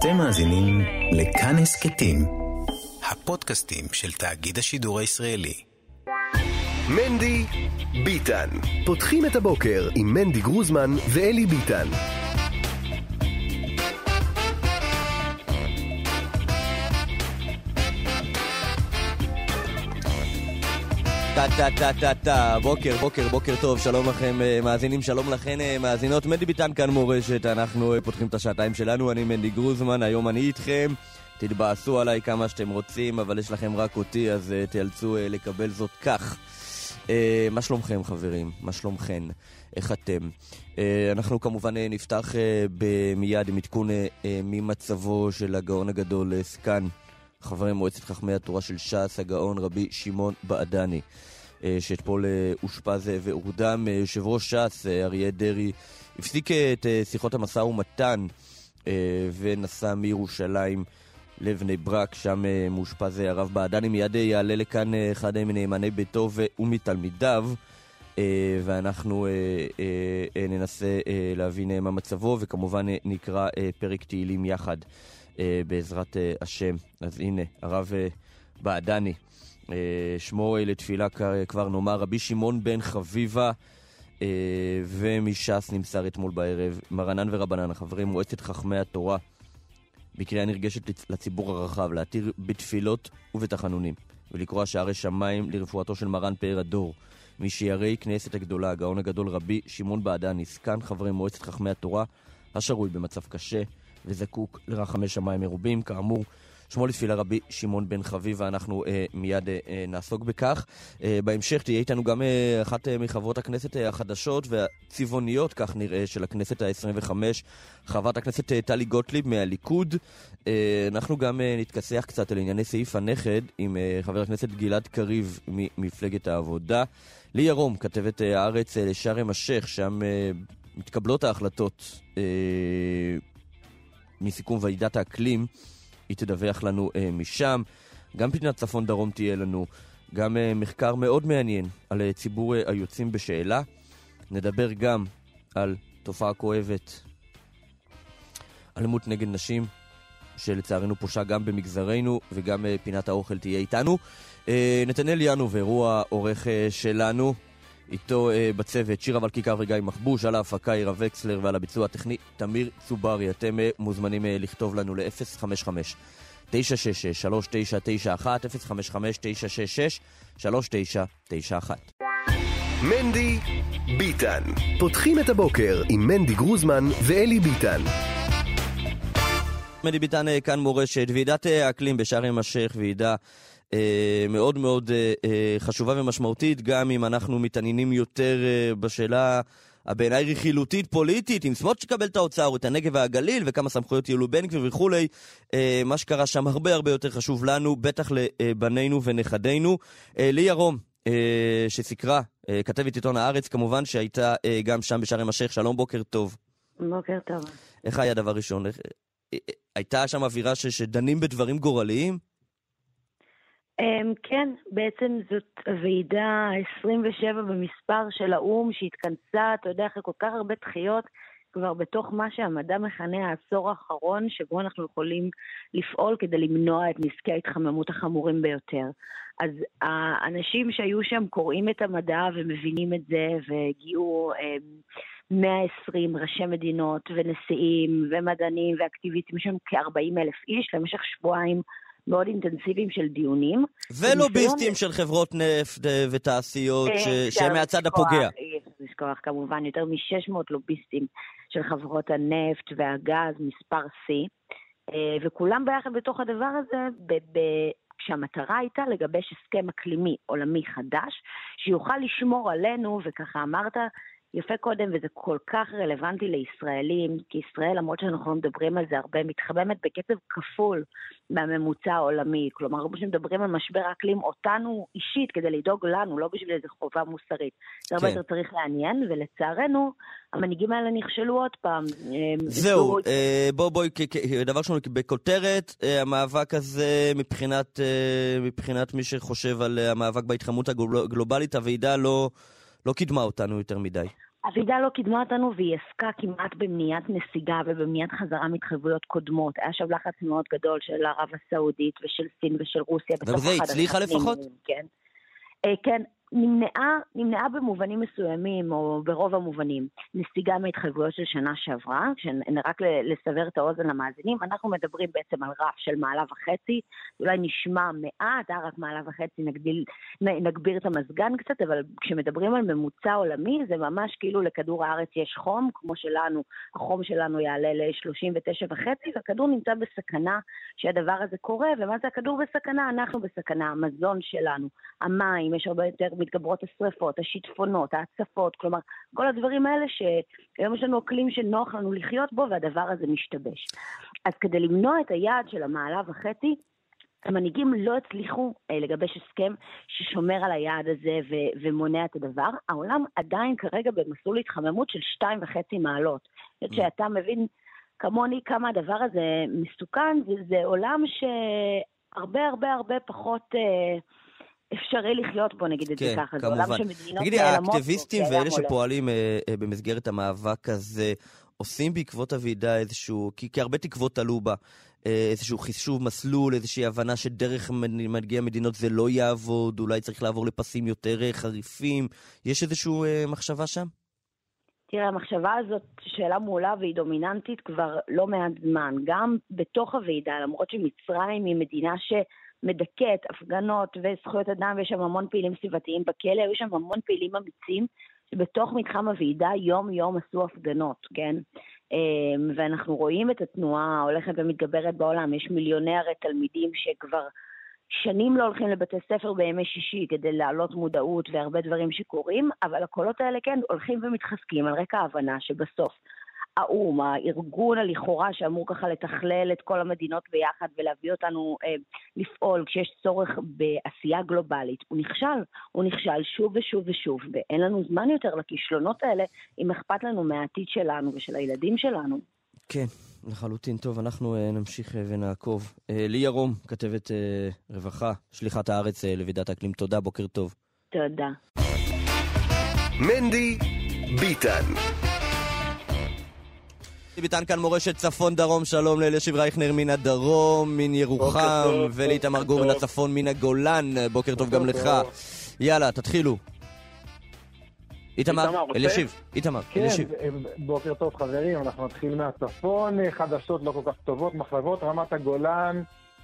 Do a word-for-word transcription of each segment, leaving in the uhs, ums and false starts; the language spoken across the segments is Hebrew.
אתם מאזינים לכאן הסכתים, הפודקאסטים של תאגיד השידור הישראלי. מנדי ביטן. פותחים את הבוקר עם מנדי גרוזמן ואלי ביטן. טה טה טה טה טה, בוקר בוקר בוקר טוב, שלום לכם מאזינים, שלום לכן מאזינות. מנדי ביטן כאן מורשת, אנחנו פותחים את השעתיים שלנו, אני מנדי גרוזמן, היום אני איתכם, תתבאסו עליי כמה שאתם רוצים, אבל יש לכם רק אותי, אז תיאלצו לקבל זאת כך. מה שלומכם חברים? מה שלומכן? איך אתם? אנחנו כמובן נפתח מיד עם עדכון ממצבו של הגאון הגדול סקן חברי מועצת חכמי התורה של ש"ס, הגאון רבי שמעון בעדני, שאתמול אושפז והורדם. יושב ראש ש"ס אריה דרעי הפסיק את שיחות המשא ומתן ונסע מירושלים לבני ברק, שם מאושפז הרב בעדני. מיד יעלה לכאן אחד מנאמני ביתו ומתלמידיו, ואנחנו ננסה להבין מה מצבו, וכמובן נקרא פרק תהילים יחד בעזרת השם. אז הנה, הרב בעדני, שמו לתפילה כבר נאמר, רבי שמעון בן חביבה, ומש"ס נמסר אתמול בערב, מרנן ורבנן, החברים מועצת חכמי התורה, בקריאה נרגשת לציבור הרחב, להתיר בתפילות ובתחנונים, ולקרוא שערי שמיים לרפואתו של מרן פאר הדור, משיירי כנסת הגדולה, הגאון הגדול רבי שמעון בעדני, סקן חברי מועצת חכמי התורה, השרוי במצב קשה וזקוק לרחמי שמיים מרובים. כאמור, שמו לתפילה רבי שמעון בן חביבה, אנחנו אה, מיד אה, נעסוק בכך. אה, בהמשך תהיה איתנו גם אה, אחת אה, מחברות הכנסת אה, החדשות והצבעוניות, כך נראה, של הכנסת ה-עשרים וחמש, חברת הכנסת אה, טלי גוטליב מהליכוד. אה, אנחנו גם אה, נתכסח קצת על ענייני סעיף הנכד עם אה, חבר הכנסת גלעד קריב ממפלגת העבודה. לי ירום, כתבת אה, הארץ אה, לשארם השייח, שם אה, מתקבלות ההחלטות אה, מסיכום ועידת האקלים, היא תדווח לנו אה, משם. גם פינת צפון דרום תהיה לנו, גם אה, מחקר מאוד מעניין על אה, ציבור אה, היוצאים בשאלה. נדבר גם על תופעה כואבת, אלימות נגד נשים, שלצערנו פושה גם במגזרנו, וגם אה, פינת האוכל תהיה איתנו. אה, נתנאל ינוב, אירוע העורך אה, שלנו, איתו אה, בצוות שירה ולקיקה וגיא מחבוש, על ההפקה עירה וקסלר, ועל הביצוע הטכני תמיר צוברי. אתם אה, מוזמנים אה, לכתוב לנו ל-אפס חמש חמש תשע שש שש שלוש תשע תשע אחת, אפס חמש חמש תשע שש שש שלוש תשע תשע אחת. מנדי ביטן. פותחים את הבוקר עם מנדי גרוזמן ואלי ביטן. מנדי ביטן אה, כאן מורשת. ועידת האקלים בשארם השייח, ועידה Uh, מאוד מאוד uh, uh, חשובה ומשמעותית, גם אם אנחנו מתעניינים יותר uh, בשאלה הבעיניי רכילותית פוליטית, אם סמוטריץ' יקבל את האוצר או את הנגב והגליל וכמה סמכויות יהיו לו בן גביר וכולי. uh, מה שקרה שם הרבה הרבה יותר חשוב לנו, בטח לבנינו ונכדינו. uh, לי ירום, uh, שסקרה, uh, כתבת עיתון הארץ כמובן, שהייתה uh, גם שם בשארם השייח. שלום, בוקר טוב. בוקר טוב. איך היה דבר ראשון? איך, uh, uh, הייתה שם אווירה ש- שדנים בדברים גורליים? Um, כן, בעצם זאת הוועידה עשרים ושבע במספר של האום שהתכנסה, אתה יודע, אחרי כל כך הרבה דחיות, כבר בתוך מה שהמדע מכנה העשור האחרון, שבו אנחנו יכולים לפעול כדי למנוע את נזקי ההתחממות החמורים ביותר. אז האנשים שהיו שם קוראים את המדע ומבינים את זה, והגיעו um, מאה ועשרים ראשי מדינות ונשיאים ומדענים ואקטיביסטים, שם כ-ארבעים אלף איש למשך שבועיים, מאוד אינטנסיביים של דיונים. ולוביסטים של חברות נפט ותעשיות שהם מהצד הפוגע. יש לשכוח כמובן יותר מ-שש מאות לוביסטים של חברות הנפט והגז, מספר C, וכולם ביחד בתוך הדבר הזה, כשהמטרה הייתה לגבש הסכם אקלימי עולמי חדש, שיוכל לשמור עלינו, וככה אמרת, יפה קודם, וזה כל כך רלוונטי לישראלים, כי ישראל, למרות שאנחנו לא מדברים על זה הרבה, מתחממת בקצב כפול מהממוצע העולמי. כלומר, לא בשביל מדברים על משבר האקלים, אותנו אישית כדי לדאוג לנו, לא בשביל איזו חובה מוסרית. זה הרבה יותר צריך לעניין, ולצערנו, המנהיגים האלה נכשלו עוד פעם. זהו, בוא בואי, דבר שלנו בכותרת, המאבק הזה מבחינת מי שחושב על המאבק בהתחממות הגלובלית, הוועידה לא קידמה אותנו יותר מדי. הוועידה לא קידמה אותנו והיא עסקה כמעט במניעת נסיגה ובמניעת חזרה מתחייבויות קודמות. היה שם לחץ מאוד גדול של ערב הסעודית ושל סין ושל רוסיה. וזה הצליחה לפחות? כן. כן, נמנעה, נמנעה במובנים מסוימים, או ברוב המובנים, נסיגה מהתחייבויות של שנה שעברה, רק לסבר את האוזן למאזינים, אנחנו מדברים בעצם על רף של מעלה וחצי, אולי נשמע מעט, רק מעלה וחצי נגדיל, נגביר את המזגן קצת, אבל כשמדברים על ממוצע עולמי, זה ממש כאילו לכדור הארץ יש חום, כמו שלנו, החום שלנו יעלה ל-שלושים ותשע וחצי, והכדור נמצא בסכנה שהדבר הזה קורה, ומה זה הכדור בסכנה? אנחנו בסכנה, המזון שלנו, המים, יש הרבה יותר מתגברות השריפות, השיטפונות, ההצפות, כלומר, כל הדברים האלה שהיום יש לנו אקלים שנוח לנו לחיות בו, והדבר הזה משתבש. אז כדי למנוע את היעד של המעלה וחצי, המנהיגים לא הצליחו אה, לגבש הסכם ששומר על היעד הזה ו- ומונע את הדבר. העולם עדיין כרגע במסלול התחממות של שתיים וחצי מעלות. זאת אומרת שאתה מבין כמוני כמה הדבר הזה מסוכן, וזה עולם שהרבה הרבה הרבה פחות... אה, אפשרי לחיות בו, נגיד את זה ככה. כן, כמובן. תגידי, האקטיביסטים ואלה שפועלים במסגרת המאבק הזה, עושים בעקבות הוועידה איזשהו, כי הרבה תקוות עלו בה, איזשהו חישוב מסלול, איזושהי הבנה שדרך מנהיגי המדינות זה לא יעבוד, אולי צריך לעבור לפסים יותר חריפים. יש איזשהו מחשבה שם? תראה, המחשבה הזאת שאלה מעולה והיא דומיננטית כבר לא מעט זמן. גם בתוך הוועידה, למרות שמצרים היא מדינה ש... מדכאת, הפגנות וזכויות אדם, ויש שם המון פעילים סביבתיים בכלא, היו שם המון פעילים אמיצים, שבתוך מתחם הוועידה יום יום עשו הפגנות, כן? ואנחנו רואים את התנועה הולכת ומתגברת בעולם, יש מיליוני הרי תלמידים שכבר שנים לא הולכים לבתי ספר בימי שישי כדי להעלות מודעות והרבה דברים שקורים, אבל הקולות האלה כן הולכים ומתחזקים על רקע ההבנה שבסוף האום, הארגון הלכאורה שאמור ככה לתכלל את כל המדינות ביחד ולהביא אותנו אה, לפעול כשיש צורך בעשייה גלובלית, הוא נכשל, הוא נכשל שוב ושוב ושוב, ואין לנו זמן יותר לכישלונות האלה אם אכפת לנו מהעתיד שלנו ושל הילדים שלנו. כן, לחלוטין. טוב, אנחנו אה, נמשיך אה, ונעקוב. אה, לי ירום, כתבת אה, רווחה, שליחת הארץ אה, לוועידת האקלים. תודה, בוקר טוב. תודה. מנדי ביטן. ביטן כאן מורשת צפון דרום, שלום לאלישיב רייכנר מן הדרום, מן ירוחם, ולאיתמר גור מן הצפון מן הגולן, בוקר טוב גם לך. יאללה, תתחילו. איתמר, אלישיב, איתמר, אלישיב. כן, בוקר טוב חברים, אנחנו נתחיל מהצפון, חדשות לא כל כך טובות, מחלבות רמת הגולן,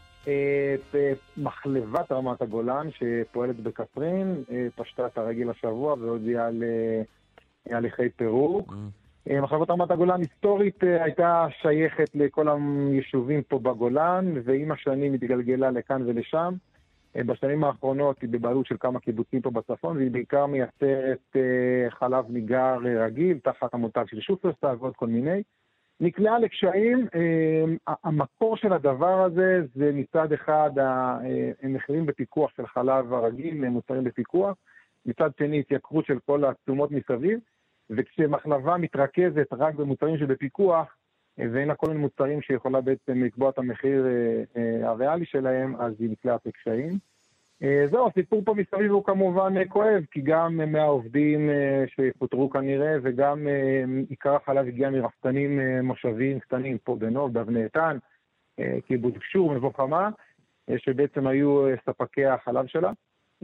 מחלבת רמת הגולן שפועלת בקפרין, פשטה את הרגל השבוע והודיעה על הליכי פירוק. מחלבות רמת הגולן היסטורית הייתה שייכת לכל היישובים פה בגולן, ועם השנים התגלגלה לכאן ולשם. בשנים האחרונות היא בבעלות של כמה קיבוצים פה בצפון, והיא בעיקר מייצרת חלב ניגר רגיל, תחת המותג של שופרסל ועוד כל מיני. נקלעה לקשיים, המקור של הדבר הזה זה מצד אחד המחירים בפיקוח של חלב הרגיל, מוצרים בפיקוח, מצד שני התייקרות של כל התשומות מסביב, וכשמחלבה מתרכזת רק במוצרים שבפיקוח, ואין לה כל מיני מוצרים שיכולה בעצם לקבוע את המחיר הריאלי שלהם, אז היא נקלעת לקשיים. זהו, הסיפור פה מסביב הוא כמובן כואב, כי גם מהעובדים שפוטרו כנראה, וגם עיקר החלב הגיע מרפתנים מושבים קטנים פה בנוב, באבני איתן, קיבוץ גשור, מבוא חמה, שבעצם היו ספקי החלב שלה.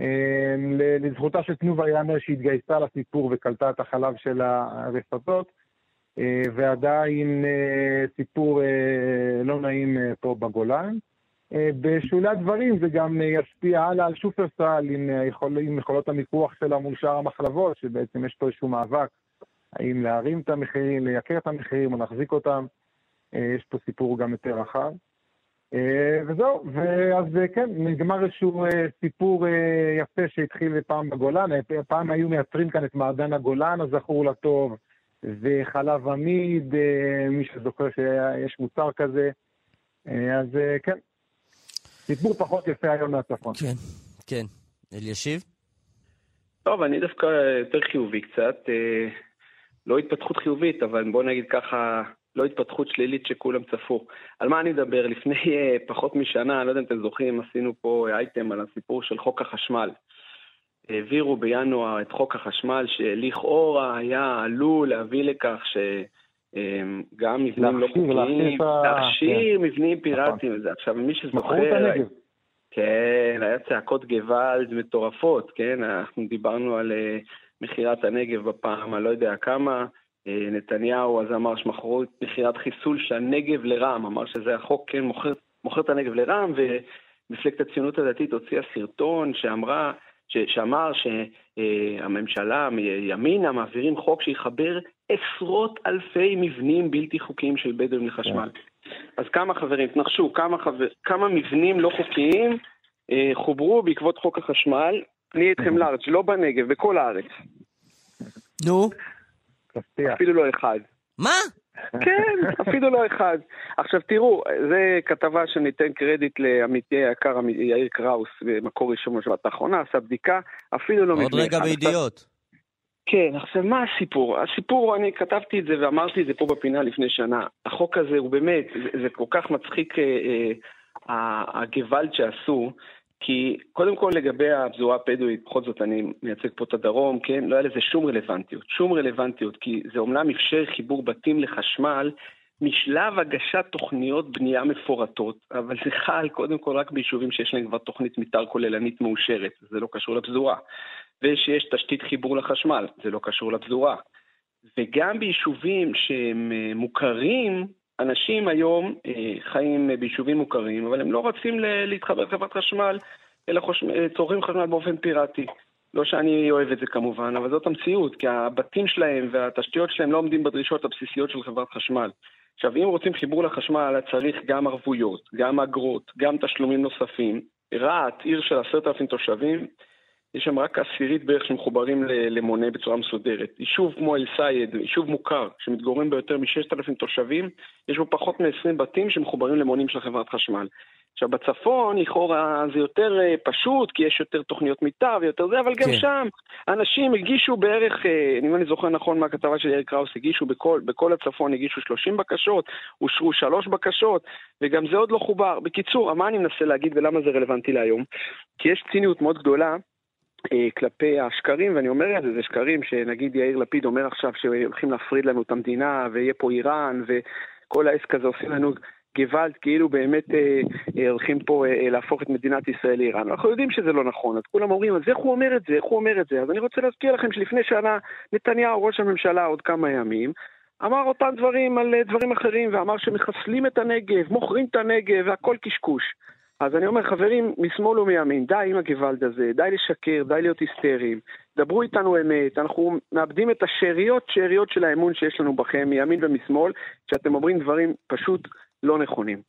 לזכותה של תנובה יאמר שהתגייסה לסיפור וקלטה את החלב של הרפתות, ועדיין סיפור לא נעים פה בגולן. בשולי הדברים זה גם ישפיע הלאה על שופרסל עם, יכול, עם יכולות המיקוח שלה מול שאר המחלבות, שבעצם יש פה איזשהו מאבק, האם להרים את המחירים, לייקר את המחירים או להחזיק אותם. יש פה סיפור גם יותר רחב. וזהו, ואז כן, נגמר איזשהו סיפור יפה שהתחיל פעם בגולן. פעם היו מייצרים כאן את מעדן הגולן, אז זכור לטוב, וחלב עמיד, מי שזוכר שיש מוצר כזה. אז כן, סיפור פחות יפה היום מהצפון. כן, כן. אלישיב? טוב, אני דווקא יותר חיובי קצת. לא התפתחות חיובית, אבל בוא נגיד ככה, לא התפתחות שלילית שכולם צפו. על מה אני מדבר? לפני פחות משנה, אני לא יודע אם אתם זוכרים, עשינו פה אייטם על הסיפור של חוק החשמל. העבירו בינואר את חוק החשמל, שלכאורה היה עלול להביא לכך שגם מבנים לא חוקיים, להכשיר מבנים פיראטיים. עכשיו, מי שזוכר, כן, היה צעקות גוואלד מטורפות, כן, אנחנו דיברנו על מחירת הנגב בפעם, אני לא יודע כמה, נתניהו אז אמר שמכרו את מחירת חיסול שהנגב לרם, אמר שזה החוק, כן, מוכר, מוכר את הנגב לרם, ומפלגת הציונות הדתית הוציאה סרטון שאמרה, ש, שאמר שהממשלה מימינה מעבירים חוק שיחבר עשרות אלפי מבנים בלתי חוקיים של בדואים לחשמל. אז כמה חברים, תנחשו, כמה, חבר, כמה מבנים לא חוקיים אה, חוברו בעקבות חוק החשמל, אני אתכם לארג', לא בנגב, בכל הארץ. נו? אפילו לא אחד. מה? כן, אפילו לא אחד. עכשיו תראו, זה כתבה שניתן קרדיט לעמיתי היקר יאיר קראוס, במקור ראשון בשבת האחרונה, עשה בדיקה, אפילו לא... עוד רגע בידיעות. כן, עכשיו מה הסיפור? הסיפור, אני כתבתי את זה ואמרתי את זה פה בפינה לפני שנה. החוק הזה הוא באמת, זה, זה כל כך מצחיק אה, אה, הגוואלד שעשו, כי קודם כל לגבי הפזורה הבדואית, בכל זאת אני מייצג פה את הדרום, כן? לא היה לזה שום רלוונטיות, שום רלוונטיות, כי זה אומנם אפשר חיבור בתים לחשמל, משלב הגשת תוכניות בנייה מפורטות, אבל זה חל קודם כל רק ביישובים שיש להם כבר תוכנית מתאר כוללנית מאושרת, זה לא קשור לפזורה. ושיש תשתית חיבור לחשמל, זה לא קשור לפזורה. וגם ביישובים שהם מוכרים, אנשים היום חיים ביישובים מוכרים, אבל הם לא רוצים להתחבר לחברת חשמל, אלא צורכים חשמל באופן פיראטי. לא שאני אוהב את זה כמובן, אבל זאת המציאות, כי הבתים שלהם והתשתיות שלהם לא עומדים בדרישות הבסיסיות של חברת חשמל. עכשיו, אם רוצים חיבור לחשמל, צריך גם ערבויות, גם אגרות, גם תשלומים נוספים. רהט, עיר של עשרת אלפים תושבים, יש שם רק עשירית בערך שמחוברים למונה בצורה מסודרת. יישוב כמו אל סייד, יישוב מוכר, שמתגוררים ביותר מ-ששת אלפים תושבים, יש בו פחות מ-עשרים בתים שמחוברים למונים של חברת חשמל. עכשיו, בצפון, לכאורה, זה יותר פשוט, כי יש יותר תוכניות מתאר ויותר זה, אבל גם כן. שם, אנשים הגישו בערך, אם אני זוכר נכון מהכתבה של יאיר קראוס, הגישו בכל, בכל הצפון, הגישו שלושים בקשות, אושרו שלוש בקשות, וגם זה עוד לא חובר. בקיצור, מה אני מנסה להגיד ולמה זה רלוונטי להיום? כי יש ציניות מאוד גדולה, כלפי השקרים, ואני אומר את זה, זה שקרים שנגיד יאיר לפיד אומר עכשיו שהולכים להפריד לנו את המדינה, ויהיה פה איראן, וכל העסק הזה עושים לנו גוואלד, כאילו באמת אה, אה, הולכים פה אה, להפוך את מדינת ישראל לאיראן. אנחנו יודעים שזה לא נכון, אז כולם אומרים, אז איך הוא אומר את זה, איך הוא אומר את זה? אז אני רוצה להזכיר לכם שלפני שנה, נתניהו, ראש הממשלה, עוד כמה ימים, אמר אותם דברים על דברים אחרים, ואמר שמחסלים את הנגב, מוכרים את הנגב, והכל קשקוש. אז אני אומר, חברים, משמאל ומימין, די עם הגוואלד הזה, די לשקר, די להיות היסטריים, דברו איתנו אמת, אנחנו מאבדים את השאריות, שאריות של האמון שיש לנו בכם, מימין ומשמאל, שאתם אומרים דברים פשוט לא נכונים.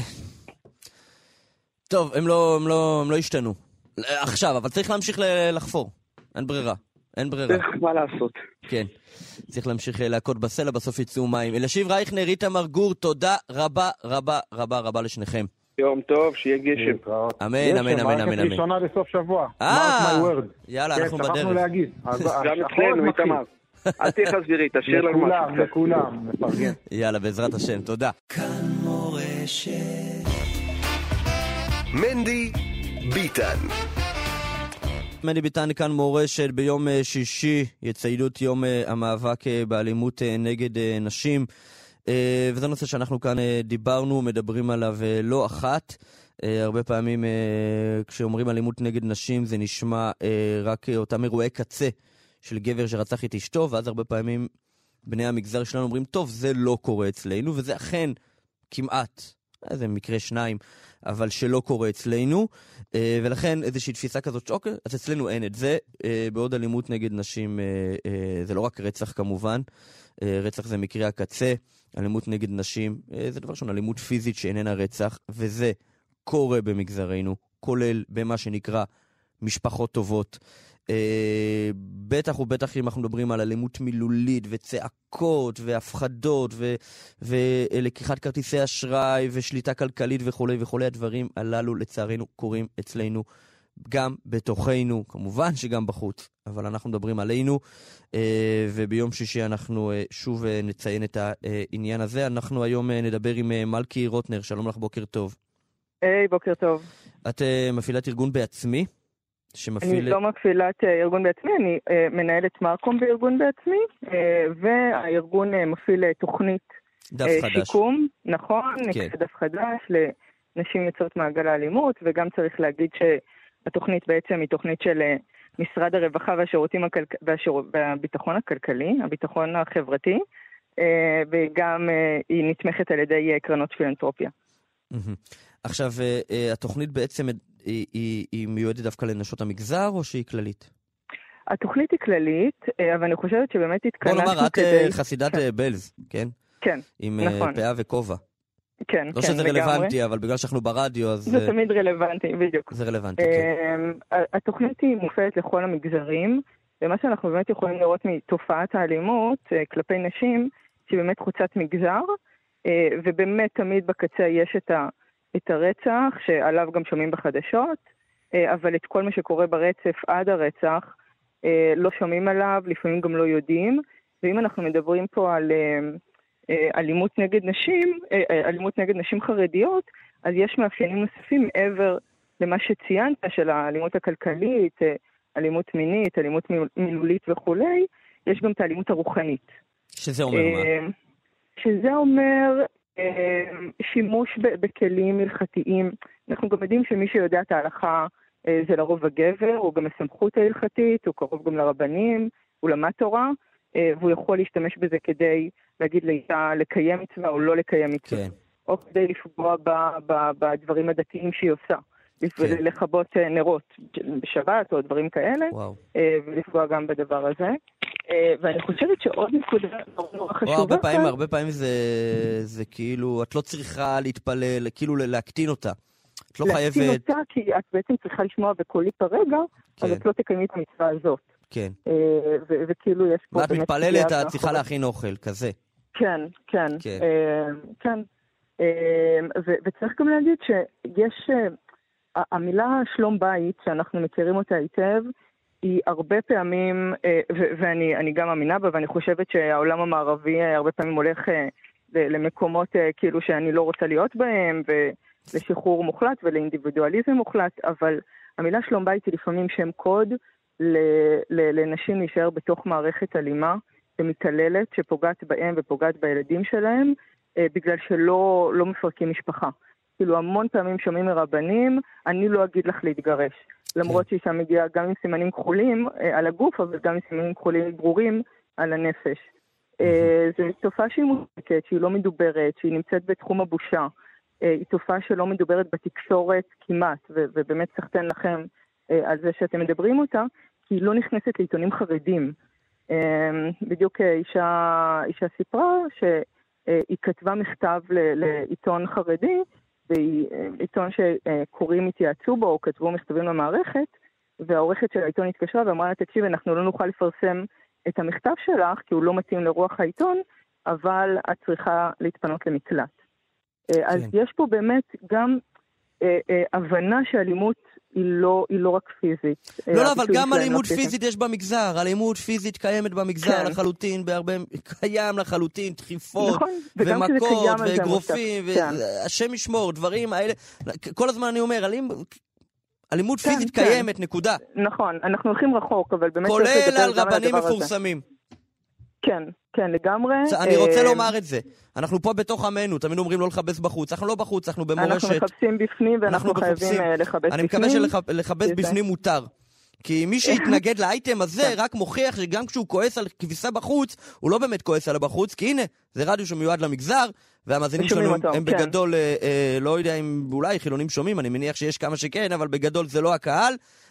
טוב, הם לא, הם לא, הם לא השתנו. עכשיו, אבל צריך להמשיך לחפור. אין ברירה. אין ברירה. צריך מה לעשות. כן. צריך להמשיך להכות בסלע, בסוף יצאו מים. אלישיב רייכנר, איתמר גור, תודה רבה, רבה, רבה, רבה לשניכם. יום טוב, שיהיה גשם. אמן, אמן, אמן, אמן. מערכת ראשונה לסוף שבוע. אה, יאללה, אנחנו בדרך. שכחנו להגיד. גם אצלנו, איתמר. אל תהיה חסבירי, תשאיר לנו משהו. לכולם, לכולם, מפרגן. יאללה, בעזרת השם, תודה. כאן מורשת. מנדי ביטן. מנדי ביטן כאן מורשת. ביום שישי יציינו את יום המאבק באלימות נגד נשים. וזה נושא שאנחנו כאן דיברנו, מדברים עליו לא אחת. הרבה פעמים כשאומרים אלימות נגד נשים זה נשמע רק אותם אירועי קצה של גבר שרצח את אשתו, ואז הרבה פעמים בני המגזר שלנו אומרים, טוב, זה לא קורה אצלנו, וזה אכן כמעט, זה מקרה שניים, אבל שלא קורה אצלנו, ולכן איזושהי תפיסה כזאת, אוקיי, אז אצלנו אין את זה. בעוד אלימות נגד נשים זה לא רק רצח כמובן, רצח זה מקרה הקצה, אלימות נגד נשים זה דבר שונה, אלימות פיזית שאיננה רצח, וזה קורה במגזרנו, כולל במה שנקרא משפחות טובות. Uh, בטח ובטח אם אנחנו מדברים על אלימות מילולית וצעקות והפחדות ו- ולקיחת כרטיסי אשראי ושליטה כלכלית וכו' וכו', הדברים הללו לצערנו קורים אצלנו גם בתוכנו, כמובן שגם בחוץ, אבל אנחנו מדברים עלינו, uh, וביום שישי אנחנו uh, שוב uh, נציין את העניין הזה. אנחנו היום uh, נדבר עם uh, מלכי רוטנר. שלום לך, בוקר טוב. היי, hey, בוקר טוב. את uh, מפעילת ארגון בעצמי שמפעיל... אני לא מפעילת ארגון בעצמי, אני מנהלת מרקום בארגון בעצמי, והארגון מפעיל תוכנית דף חדש. שיקום, נכון, כן. דף חדש לנשים יוצאות מעגל האלימות, וגם צריך להגיד שהתוכנית בעצם היא תוכנית של משרד הרווחה והשירותים הכלכ... והשיר... והביטחון הכלכלי, הביטחון החברתי, וגם היא נתמכת על ידי קרנות פילנתרופיה. עכשיו, התוכנית בעצם היא, היא, היא מיועדת דווקא לנשות המגזר, או שהיא כללית? התוכנית היא כללית, אבל אני חושבת שבאמת התכנסנו כדי... בוא נאמר, את כדי... חסידת כן. בלז, כן? כן, עם נכון. עם פאה וכובע. כן, לא כן, שזה לגמרי. רלוונטי, אבל בגלל שאנחנו ברדיו, אז... זה תמיד רלוונטי, בדיוק. זה רלוונטי, כן. התוכנית היא מופעלת לכל המגזרים, ומה שאנחנו באמת יכולים לראות מתופעת האלימות כלפי נשים, שהיא באמת חוצת מגזר, ובאמת תמיד בקצה יש את ה... את הרצח, שעליו גם שומעים בחדשות, אבל את כל מה שקורה ברצף עד הרצח, לא שומעים עליו, לפעמים גם לא יודעים, ואם אנחנו מדברים פה על אלימות נגד נשים, אלימות נגד נשים חרדיות, אז יש מאפיינים נוספים מעבר למה שציינת, של האלימות הכלכלית, אלימות מינית, אלימות מילולית וכו', יש גם את האלימות הרוחנית. שזה אומר מה? שזה אומר... שימוש בכלים הלכתיים. אנחנו גם יודעים שמי שיודע את ההלכה זה לרוב הגבר, הוא גם הסמכות ההלכתית, הוא קרוב גם לרבנים, הוא למד תורה, והוא יכול להשתמש בזה כדי להגיד לאישה לקיים מצווה או לא לקיים מצווה. כן. או כדי לפגוע בדברים הדתיים שהיא עושה. כן. לכבות נרות בשבת או דברים כאלה, וואו. ולפגוע גם בדבר הזה. ואני חושבת שעוד נקודה נורא חשובה. הרבה פעמים, הרבה פעמים זה, זה כאילו, את לא צריכה להתפלל, כאילו להקטין אותה. את לא חייבת... להקטין אותה, כי את בעצם צריכה לשמוע בקולי פרגע, אבל את לא תקיימי את המצווה הזאת. כן. וכאילו יש פה... ואת מתפללת, את צריכה להכין אוכל, כזה. כן, כן. כן. וצריך גם להגיד שיש... המילה שלום בית, שאנחנו מכירים אותה היטב, היא הרבה פעמים, ואני אני גם מאמינה בה, ואני חושבת שהעולם המערבי הרבה פעמים הולך למקומות כאילו שאני לא רוצה להיות בהם, ולשחרור מוחלט ולאינדיבידואליזם מוחלט, אבל המילה שלום בית היא לפעמים שם קוד לנשים להישאר בתוך מערכת אלימה ומתעללת, שפוגעת בהם ופוגעת בילדים שלהם, בגלל שלא לא מפרקים משפחה. כאילו המון פעמים שומעים מרבנים, אני לא אגיד לך להתגרש. למרות שאישה מגיעה גם עם סימנים כחולים על הגוף, אבל גם עם סימנים כחולים ברורים על הנפש. זו תופעה שהיא מושקת, שהיא לא מדוברת, שהיא נמצאת בתחום הבושה. היא תופעה שלא מדוברת בתקשורת כמעט, ובאמת סחטן לכם על זה שאתם מדברים אותה, כי היא לא נכנסת לעיתונים חרדים. בדיוק אישה, אישה סיפרה שהיא כתבה מכתב לעיתון חרדי, בעיתון שקוראים התייעצו בו או כתבו מכתבים למערכת, והעורכת של העיתון התקשרה ואמרה לה, תקשיב, אנחנו לא נוכל לפרסם את המכתב שלך, כי הוא לא מתאים לרוח העיתון, אבל את צריכה להתפנות למקלט. כן. אז יש פה באמת גם אה, אה, הבנה שאלימות היא לא, היא לא רק פיזית. לא, לא, אבל גם אלימות פיזית יש במגזר. אלימות פיזית קיימת במגזר כן. לחלוטין, בהרבה, קיים לחלוטין, דחיפות, נכון, ומכות, וגרופים, והשם ישמור, דברים האלה. כל הזמן אני אומר, אלים... אלימות כן, פיזית כן. קיימת, נקודה. נכון, אנחנו הולכים רחוק, אבל באמת... כולל על רבנים מפורסמים. כן, כן, לגמרי. אני רוצה לומר את זה. אנחנו פה בתוך עמנו, תמיד אומרים לא לחבס בחוץ. אנחנו לא בחוץ, אנחנו במורשת. אנחנו מחפשים בפנים ואנחנו חייבים לחבס בפנים. אני מקווה שלחבס בפנים מותר. כי מי שיתנגד לאייטם הזה רק מוכיח שגם כשהוא כועס על כביסה בחוץ, הוא לא באמת כועס על הבחוץ, כי הנה, זה רדיו שמיועד למגזר, והמאזינים שלנו הם בגדול, לא יודע אם אולי חילונים שומעים, אני מניח שיש כמה שכן, אבל בגדול זה לא הקהל,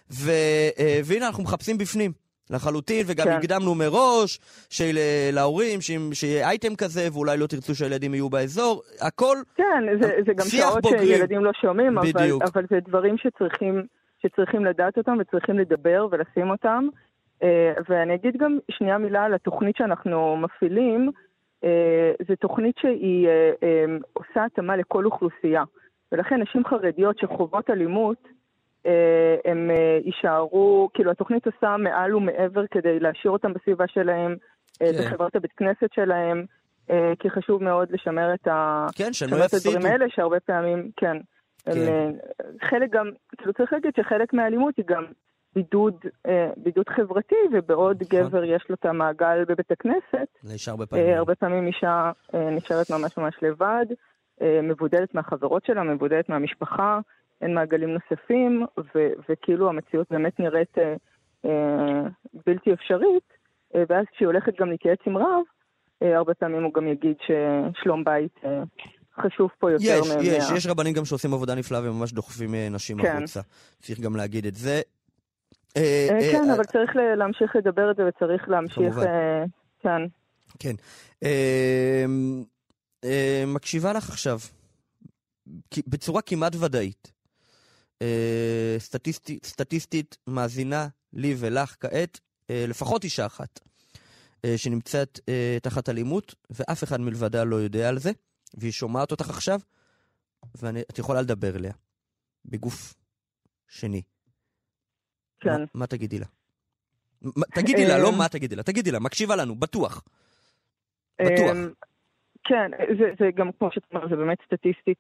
והנה אנחנו מחפשים בפנים. לחלוטין, וגם הקדמנו מראש להורים שיהיה אייטם כזה, ואולי לא תרצו שהילדים יהיו באזור, הכל כן, זה גם שעות שילדים לא שומעים, אבל זה דברים שצריכים לדעת אותם, וצריכים לדבר ולשים אותם, ואני אגיד גם שנייה מילה על התוכנית שאנחנו מפעילים, זו תוכנית שהיא עושה התאמה לכל אוכלוסייה, ולכן נשים חרדיות שחוות אלימות, הם יישארו, כאילו התוכנית עושה מעל ומעבר כדי להשאיר אותם בסביבה שלהם, בחברת הבית כנסת שלהם, כי חשוב מאוד לשמר את הדברים האלה, שהרבה פעמים, כן, חלק גם, כאילו צריך להגיד שחלק מהאלימות היא גם בידוד, בידוד חברתי, ובעוד גבר יש לו את המעגל בבית הכנסת. נשאר הרבה פעמים. הרבה פעמים אישה נשארת ממש ממש לבד, מבודדת מהחברות שלה, מבודדת מהמשפחה, אין מעגלים נוספים, ו- וכאילו המציאות באמת נראית בלתי אפשרית, ואז כשהיא הולכת גם להתייעץ עם רב, הרבה פעמים הוא גם יגיד ששלום בית חשוב פה יותר. יש, מה... יש, יש רבנים גם שעושים עבודה נפלאה וממש דוחפים נשים כן. החוצה. צריך גם להגיד את זה. כן, אבל צריך להמשיך לדבר את זה וצריך להמשיך... כן. כן. מקשיבה לך עכשיו, בצורה כמעט ודאית, סטטיסטית מאזינה לי ולך כעת, לפחות אישה אחת, שנמצאת תחת אלימות, ואף אחד מלבדה לא יודע על זה, והיא שומעת אותך עכשיו, ואת יכולה לדבר אליה, בגוף שני. כן. מה, מה תגידי לה? תגידי לה, לא מה תגידי לה, תגידי לה, מקשיבה לנו, בטוח. בטוח. כן, זה, זה גם כמו שאת אומרת, זה באמת סטטיסטית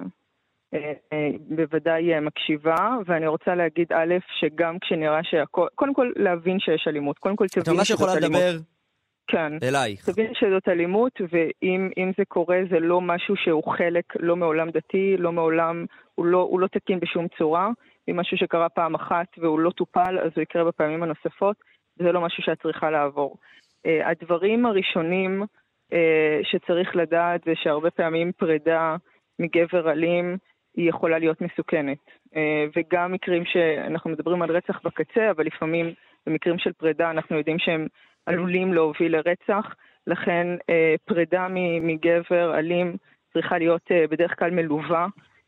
בוודאי מקשיבה, ואני רוצה להגיד א', שגם כשנראה שהכל, קודם כל להבין שיש אלימות, קודם כל תבין אתה ממש יכולה לדבר כן. אלייך. תבין שזאת אלימות, ואם זה קורה, זה לא משהו שהוא חלק, לא מעולם דתי, לא מעולם, הוא לא, הוא לא תקין בשום צורה, אם משהו שקרה פעם אחת והוא לא טופל, אז הוא יקרה בפעמים הנוספות, זה לא משהו שאת צריכה לעבור. הדברים הראשונים שצריך לדעת זה שהרבה פעמים פרידה מגבר אלים היא יכולה להיות מסוכנת. וגם מקרים שאנחנו מדברים על רצח בקצה, אבל לפעמים במקרים של פרידה אנחנו יודעים שהם עלולים להוביל לרצח, לכן פרידה מגבר אלים צריכה להיות בדרך כלל מלווה,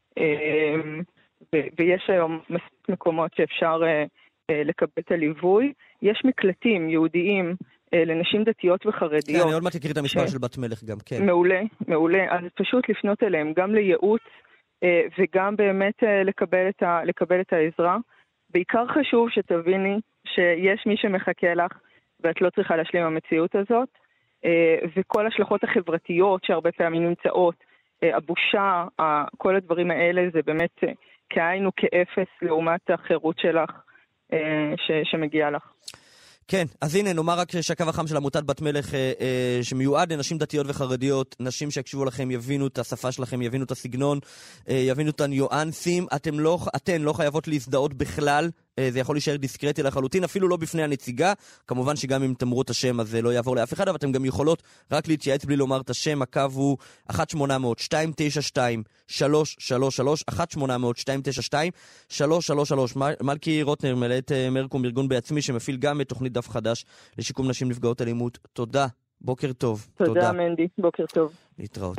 ויש היום מספיק מקומות שאפשר לקבל את הליווי. יש מקלטים יהודיים לנשים דתיות וחרדיות. כן, אני עוד מעט אקריא את המספר של בת מלך גם, כן. מעולה, מעולה. אז פשוט לפנות אליהם, גם לייעוץ, וגם באמת לקבל את, ה, לקבל את העזרה. בעיקר חשוב שתביני שיש מי שמחכה לך, ואת לא צריכה להשלים המציאות הזאת, וכל השלכות החברתיות שהרבה פעמים נמצאות, הבושה, כל הדברים האלה, זה באמת כעין וכאפס לעומת החירות שלך ש, שמגיעה לך. כן, אז הנה, נאמר רק שהקו החם של עמותת בת מלך אה, אה, שמיועד לנשים דתיות וחרדיות, נשים שיקשיבו לכם, יבינו את השפה שלכם, יבינו את הסגנון, אה, יבינו את הניואנסים, אתם לא, אתן לא חייבות להזדהות בכלל, אה, זה יכול להישאר דיסקרטי לחלוטין, אפילו לא בפני הנציגה, כמובן שגם אם תאמרו את השם אז זה לא יעבור לאף אחד, אבל אתם גם יכולות רק להתייעץ בלי לומר את השם, הקו הוא אחת שמונה אפס אפס שתיים תשע שתיים שלוש שלוש שלוש, אחת שמונה אפס אפס שתיים תשע שתיים שלוש שלוש שלוש. מלכי רוטנר, מלאת מרקום, ארגון בעצמי שמפעיל גם את תוכנית דף חדש לשיקום נשים נפגעות אלימות. תודה, בוקר טוב. תודה, תודה. מנדי, בוקר טוב. להתראות.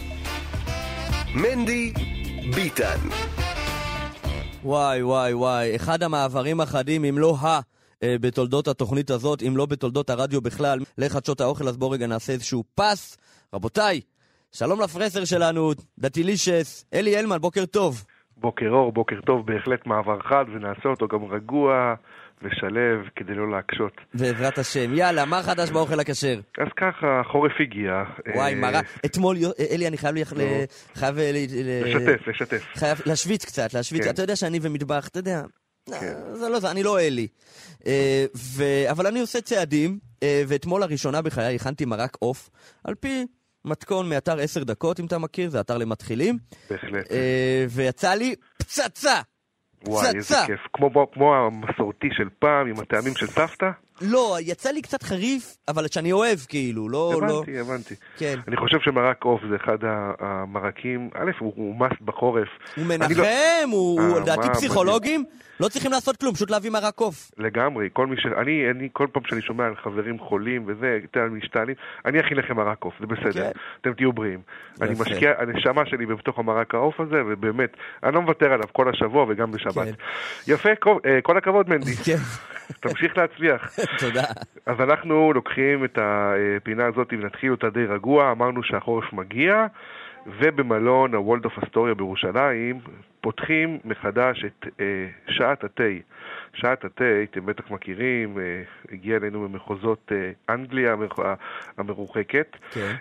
מנדי ביטן. וואי וואי וואי, אחד המעברים החדים, אם לא ה... בתולדות התוכנית הזאת, אם לא בתולדות הרדיו בכלל, לחדשות האוכל, אז בואו רגע נעשה איזשהו פס. רבותיי, שלום לפרסר שלנו, דתילישס, אלי אלמן, בוקר טוב. בוקר אור, בוקר טוב, בהחלט מעבר חד, ונעשה אותו גם רגוע ושלב כדי לא להקשות. בעזרת השם. יאללה, מה חדש באוכל הכשר? אז ככה, חורף הגיע. וואי, מרה. אתמול, אלי, אני חייב לשתף, לשתף. חייב להשוויץ קצת, להשוויץ. אתה יודע שאני ומטבח, אתה יודע, זה לא זה, אני לא אלי. אבל אני עושה צעדים, ואתמול לראשונה בחיי הכנתי מרק עוף, על פי מתכון מאתר עשר דקות, אם אתה מכיר, זה אתר למתחילים. בהחלט. ויצא לי פצצה. וואי, איזה כיף. כמו, כמו המסורתי של פעם, עם הטעמים של סבתא? לא, יצא לי קצת חריף, אבל שאני אוהב, כאילו, לא... הבנתי, לא... הבנתי. כן. אני חושב שמרק עוף זה אחד המרקים, א', הוא, הוא מס בחורף. הוא מנחם, לא... הוא, לדעתי פסיכולוגים, לא צריכים לעשות כלום, פשוט להביא מרק עוף. לגמרי, כל מי ש... אני, אני, כל פעם שאני שומע על חברים חולים וזה, תל משתנים, אני אכין לכם מרק עוף, זה בסדר. כן. אתם תהיו בריאים. אני משקיע, הנשמה שלי בתוך המרק העוף הזה, ובאמת, אני לא מוותר עליו כל השבוע וגם בשבת. כן. יפה, כל, כל הכבוד, מנדי. כן. תמשיך להצליח. תודה. אז אנחנו לוקחים את הפינה הזאת ונתחיל אותה די רגוע. אמרנו שהחורף מגיע, ובמלון הוולדורף אסטוריה בירושלים פותחים מחדש את אה, שעת התה. שעת התה, אתם בטח מכירים, הגיע אלינו ממחוזות אנגליה המרוחקת, כן.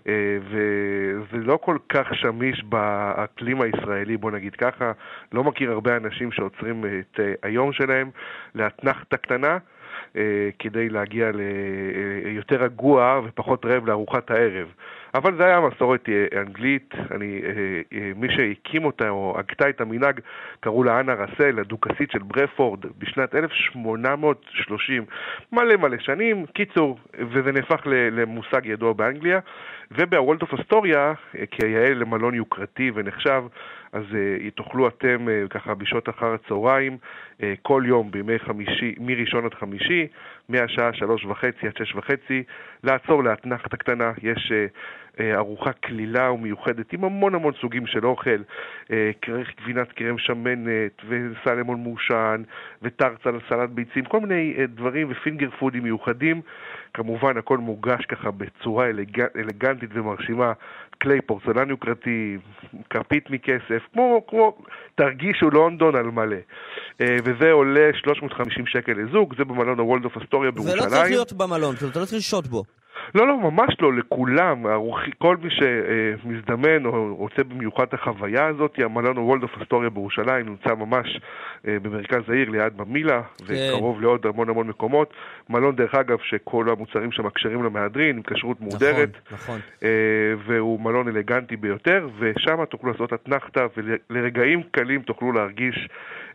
וזה לא כל כך שמיש באקלים הישראלי, בוא נגיד ככה, לא מכיר הרבה אנשים שעוצרים את היום שלהם לאתנחתה קטנה, כדי להגיע ליותר רגוע ופחות רעב לארוחת הערב. אבל זה היה מסורת אנגלית, אני, מי שהקים אותה או הגתה את המנהג קראו לה אנה רסל, הדוכסית של ברפורד, בשנת אלף שמונה מאות ושלושים, מלא מלא שנים, קיצור, וזה נהפך למושג ידוע באנגליה, ובוולדורף אסטוריה, כיאה למלון יוקרתי ונחשב, אז uh, תוכלו אתם uh, ככה בשעות אחר הצהריים, uh, כל יום בימי חמישי, מראשון עד חמישי, מהשעה שלוש וחצי עד שש וחצי, לעצור לאתנחתה קטנה. יש uh, uh, ארוחה כלילה ומיוחדת עם המון המון סוגים של אוכל, uh, קרח גבינת קרם שמנת וסלמון מושן וטרץ על סלט ביצים, כל מיני uh, דברים ופינגר פודים מיוחדים. כמובן הכל מוגש ככה בצורה אלג... אלגנטית ומרשימה, כלי פורצלן יוקרתי, כפית מכסף, כמו, כמו תרגישו לונדון על מלא. וזה עולה שלוש מאות וחמישים שקל לזוג, זה במלון הוולדורף אסטוריה בירושלים. זה לא צריך להיות במלון, אתה לא צריך לשעות בו. לא, לא, ממש לא, לכולם. כל מי שמזדמן או רוצה במיוחד את החוויה הזאת, המלון הוולדורף אסטוריה בירושלים נמצא ממש במרכז העיר ליד במילה, וקרוב לעוד המון המון מקומות. מלון דרך אגב שכל המוצרים שמקשרים למהדרין, עם כשרות מודרת, נכון, נכון. והוא מלון אלגנטי ביותר, ושם תוכלו לעשות אתנחתה, ולרגעים קלים תוכלו להרגיש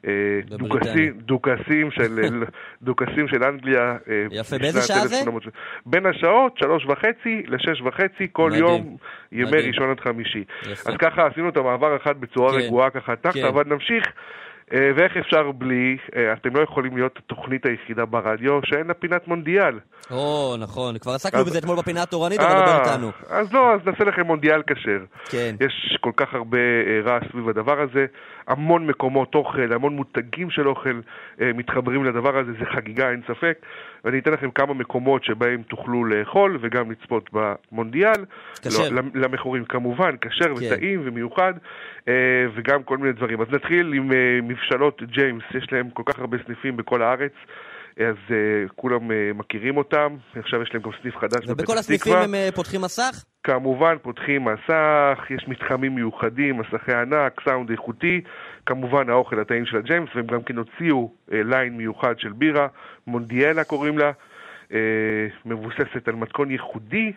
דוכסים, דוכסים של דוכסים של אנגליה. יפה, באיזה שעה זה? בין השעות שלוש וחצי לשש וחצי כל יום, ימי ראשון עד חמישי. אז ככה עשינו את המעבר אחד בצורה רגועה ככה תחת, אבל נמשיך. ואיך אפשר בלי, אתם לא יכולים להיות התוכנית היחידה ברדיו שאין לה פינת מונדיאל. או, נכון, כבר עסקנו בזה אתמול בפינה התורנית, אבל דבר איתנו. אז לא, אז נעשה לכם מונדיאל כשר. כן. יש כל כך הרבה רעש סביב הדבר הזה, המון מקומות אוכל, המון מותגים של אוכל מתחברים לדבר הזה, זה חגיגה, אין ספק. ואני אתן לכם כמה מקומות שבהם תוכלו לאכול וגם לצפות במונדיאל. כשר. למחורים כמובן, כשר וטעים ומיוחד, וגם כל מיני דברים. אז נתחיל עם מבשלות ג'יימס, יש להם כל כך הרבה סניפים בכל הארץ, אז uh, כולם uh, מכירים אותם, עכשיו יש להם גם סניף חדש. ובכל הסניפים הם uh, פותחים מסך? כמובן, פותחים מסך, יש מתחמים מיוחדים, מסכי ענק, סאונד איכותי, כמובן האוכל הטעים של הג'יימס, והם גם כן הוציאו uh, ליין מיוחד של בירה, מונדיאלה קוראים לה, uh, מבוססת על מתכון ייחודי,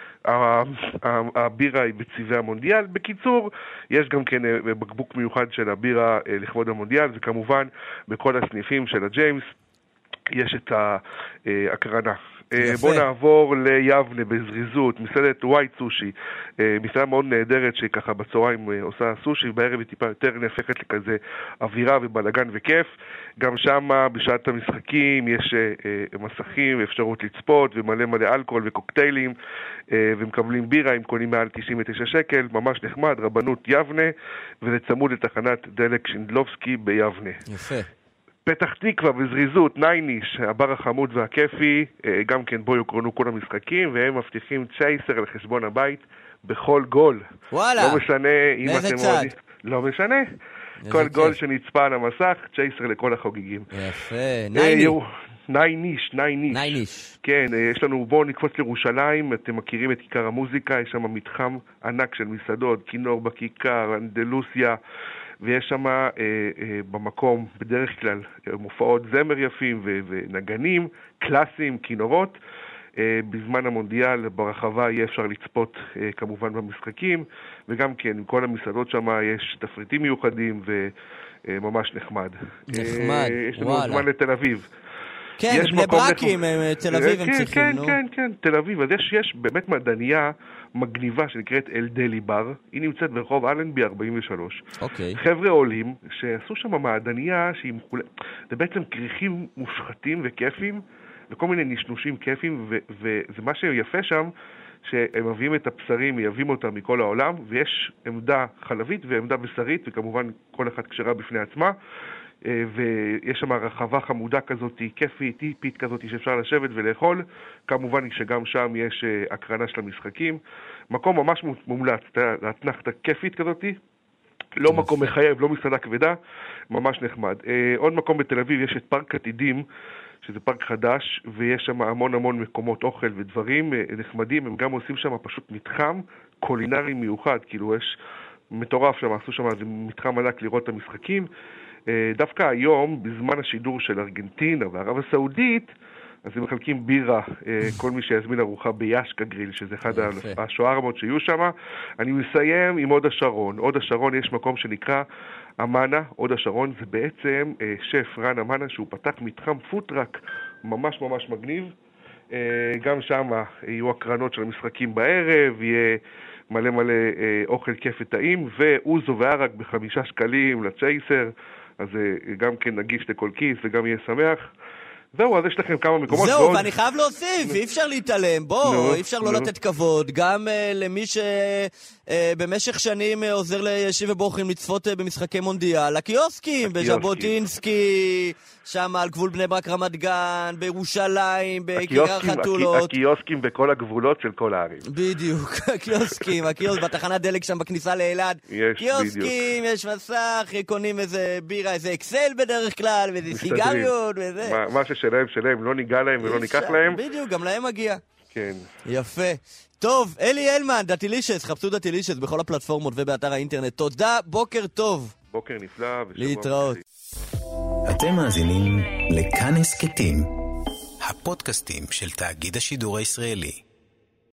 הבירה היא בצבעי המונדיאל. בקיצור, יש גם כן בקבוק מיוחד של הבירה לכבוד המונדיאל, וכמובן בכל הסניפים של הג'יימס יש את ההקרנה. בואו נעבור ליבנה בזריזות, מסעדת ווייט סושי, מסעדה מאוד נהדרת שככה בצהריים עושה סושי, ובערב היא טיפה יותר נהפכת לכזה אווירה ובלגן וכיף. גם שם בשעת המשחקים יש מסכים ואפשרות לצפות ומלא מלא אלכוהול וקוקטיילים, ומקבלים בירה עם קונים מעל תשעים ותשעה שקל, ממש נחמד, רבנות יבנה, וזה צמוד לתחנת דלק שינדלובסקי ביבנה. יפה. פתח תקווה בזריזות, נייניש, הבר החמוד והכיפי, גם כן בו יוקרנו כל המשחקים, והם מבטיחים צ'ייסר על חשבון הבית בכל גול. וואלה. לא משנה אם אתם צד? לא משנה. כל גול כיף. שנצפה על המסך, צ'ייסר לכל החוגגים. יפה, נייני. נייניש, נייניש. נייניש. כן, יש לנו, בואו נקפוץ לירושלים, אתם מכירים את כיכר המוזיקה, יש שם מתחם ענק של מסעדות, כינור בכיכר, אנדלוסיה, ויש שם אה, אה, במקום בדרך כלל מופעות זמר יפים ו- ונגנים, קלאסיים, כינורות. אה, בזמן המונדיאל ברחבה יהיה אפשר לצפות אה, כמובן במשחקים, וגם כן עם כל המסעדות שם יש תפריטים מיוחדים וממש אה, נחמד. נחמד, אה, יש לנו וואלה. זמן לתל אביב. כן, בני ברקים, נחמד... תל אביב הם כן, צריכים, כן, נו. כן, כן, תל אביב. אז יש, יש באמת מדעניה מגניבה שנקראת אל דלי בר, היא נמצאת ברחוב אלנבי ארבעים ושלוש. אוקיי. חבר'ה עולים שעשו שם מעדניה שהיא מחולה, זה בעצם כריכים מושחתים וכיפים, וכל מיני נשנושים כיפים, ו- וזה מה שיפה שם, שהם מביאים את הבשרים, מייבאים אותם מכל העולם, ויש עמדה חלבית ועמדה בשרית, וכמובן כל אחת קשרה בפני עצמה, ויש שם רחבה חמודה כזאת, כיפית, טיפית כזאת שאפשר לשבת ולאכול. כמובן שגם שם יש הקרנה של המשחקים. מקום ממש מומלץ, להתנחת כיפית כזאת. לא מקום מחייב, לא מסעדה כבדה, ממש נחמד. עוד מקום בתל אביב, יש את פארק עתידים, שזה פארק חדש, ויש שם המון המון מקומות אוכל ודברים נחמדים, הם גם עושים שם פשוט מתחם קולינרי מיוחד, כאילו יש מטורף שם, עשו שם איזה מתחם ענק לראות את המשחקים. דווקא היום, בזמן השידור של ארגנטינה וערב הסעודית, אז הם מחלקים בירה, כל מי שיזמין ארוחה ביאשקה גריל, שזה אחד השוארמות שיהיו שם. אני מסיים עם הוד השרון. הוד השרון יש מקום שנקרא אמנה, הוד השרון זה בעצם שף רן אמנה, שהוא פתח מתחם פוטרק ממש ממש מגניב. גם שם יהיו הקרנות של המשחקים בערב, יהיה מלא מלא אוכל כיף וטעים, ואוזו וערק בחמישה שקלים לצ'ייסר, אז גם כן נגיש לכל כיס וגם יהיה שמח. זהו, אז יש לכם כמה מקומות. זהו, ואני חייב להוסיף, אי אפשר להתעלם, בוא, אי אפשר לא לתת כבוד, גם למי שבמשך שנים עוזר לישיב ובורחים לצפות במשחקי מונדיאל, הקיוסקים, בז'בוטינסקי, שם על גבול בני ברק רמת גן, בירושלים, בכיכר חתולות. הקיוסקים בכל הגבולות של כל הערים. בדיוק, הקיוסקים, הקיוסק בתחנת דלק שם בכניסה לאלעד. יש, קיוסקים, יש מסך, קונים איזה בירה, איזה אקסל בדרך כלל, ואיזה סיגריות, וזה. מה ששלהם, שלהם, לא ניגע להם ולא ניקח להם. בדיוק, גם להם מגיע. כן. יפה. טוב, אלי אלמן, דתילישס, חפשו דתילישס בכל הפלטפורמות ובאתר האינטרנט. תודה, בוקר טוב. בוקר נפלא. להתראות. אתם מאזינים לכאן הסכתים, הפודקאסטים של תאגיד השידור הישראלי.